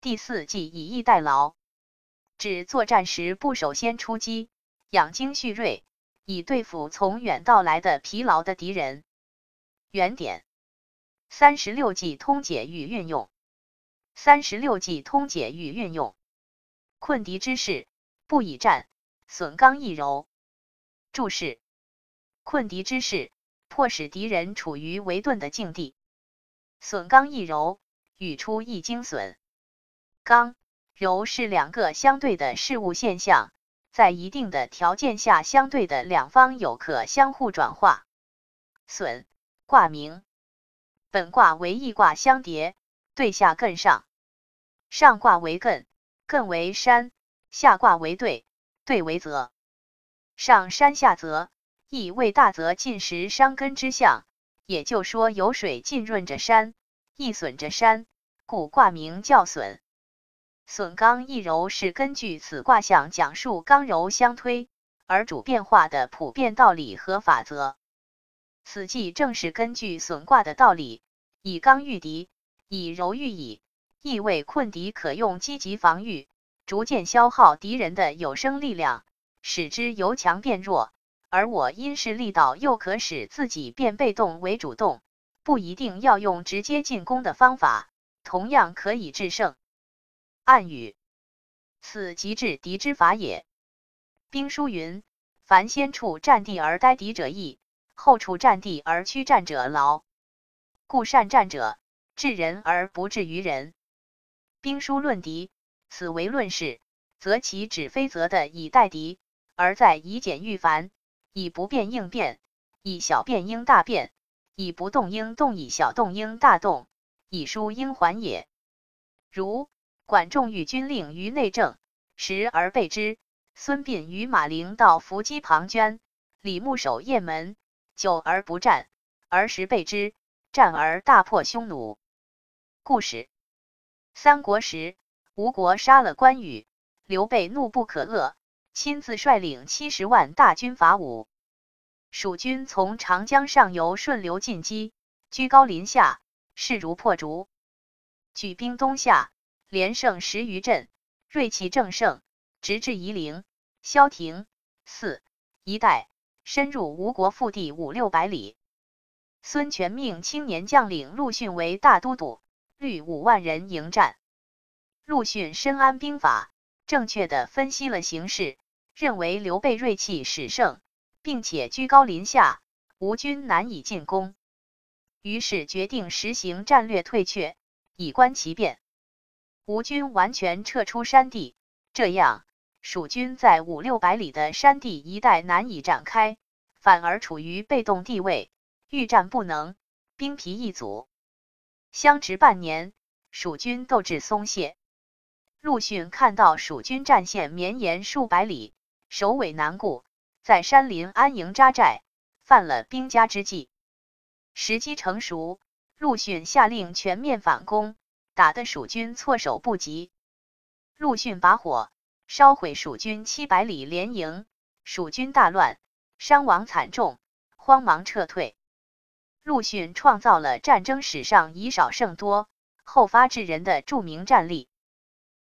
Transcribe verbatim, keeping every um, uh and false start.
第四计以逸待劳，指作战时不首先出击，养精蓄锐，以对付从远道来的疲劳的敌人。原点三十六计通解与运用。三十六计通解与运用。困敌之势，不以战，损刚易柔。注释：困敌之势，迫使敌人处于围顿的境地。损刚易柔，语出易精损。刚、柔是两个相对的事物现象，在一定的条件下，相对的两方有可相互转化。损，卦名。本卦为易卦相叠，对下艮上。上卦为艮，艮为山；下卦为兑，兑为泽。上山下泽，易为大泽进食伤根之象，也就说有水浸润着山，易损着山，故卦名叫损。损刚易柔是根据此卦象讲述刚柔相推而主变化的普遍道理和法则。此计正是根据损卦的道理，以刚御敌，以柔御矣，意为困敌可用积极防御，逐渐消耗敌人的有生力量，使之由强变弱，而我因势利导又可使自己变被动为主动，不一定要用直接进攻的方法，同样可以制胜。暗语：此即制敌之法也。兵书云：凡先处战地而待敌者易，后处战地而驱战者劳。故善战者，治人而不治于人。兵书论敌，此为论事，则其指非则的以待敌，而在以简御繁，以不变应变，以小变应大变，以不动应动，以小动应大动，以疏应缓也。如管仲与军令于内政，时而备之；孙膑与马陵到伏击庞涓，李牧守雁门，久而不战，而时备之，战而大破匈奴。故事：三国时，吴国杀了关羽，刘备怒不可遏，亲自率领七十万大军伐吴。蜀军从长江上游顺流进击，居高临下，势如破竹。举兵东下，连胜十余阵，锐气正盛，直至夷陵、萧亭、泗一带，深入吴国腹地五六百里。孙权命青年将领陆逊为大都督，率五万人迎战。陆逊深谙兵法，正确地分析了形势，认为刘备锐气始盛，并且居高临下，吴军难以进攻，于是决定实行战略退却，以观其变。吴军完全撤出山地，这样蜀军在五六百里的山地一带难以展开，反而处于被动地位，欲战不能，兵疲易阻。相持半年，蜀军斗志松懈。陆逊看到蜀军战线绵延数百里，首尾难顾，在山林安营扎寨，犯了兵家之忌。时机成熟，陆逊下令全面反攻，打得蜀军措手不及。陆逊把火烧毁蜀军七百里连营，蜀军大乱，伤亡惨重，慌忙撤退。陆逊创造了战争史上以少胜多、后发制人的著名战例。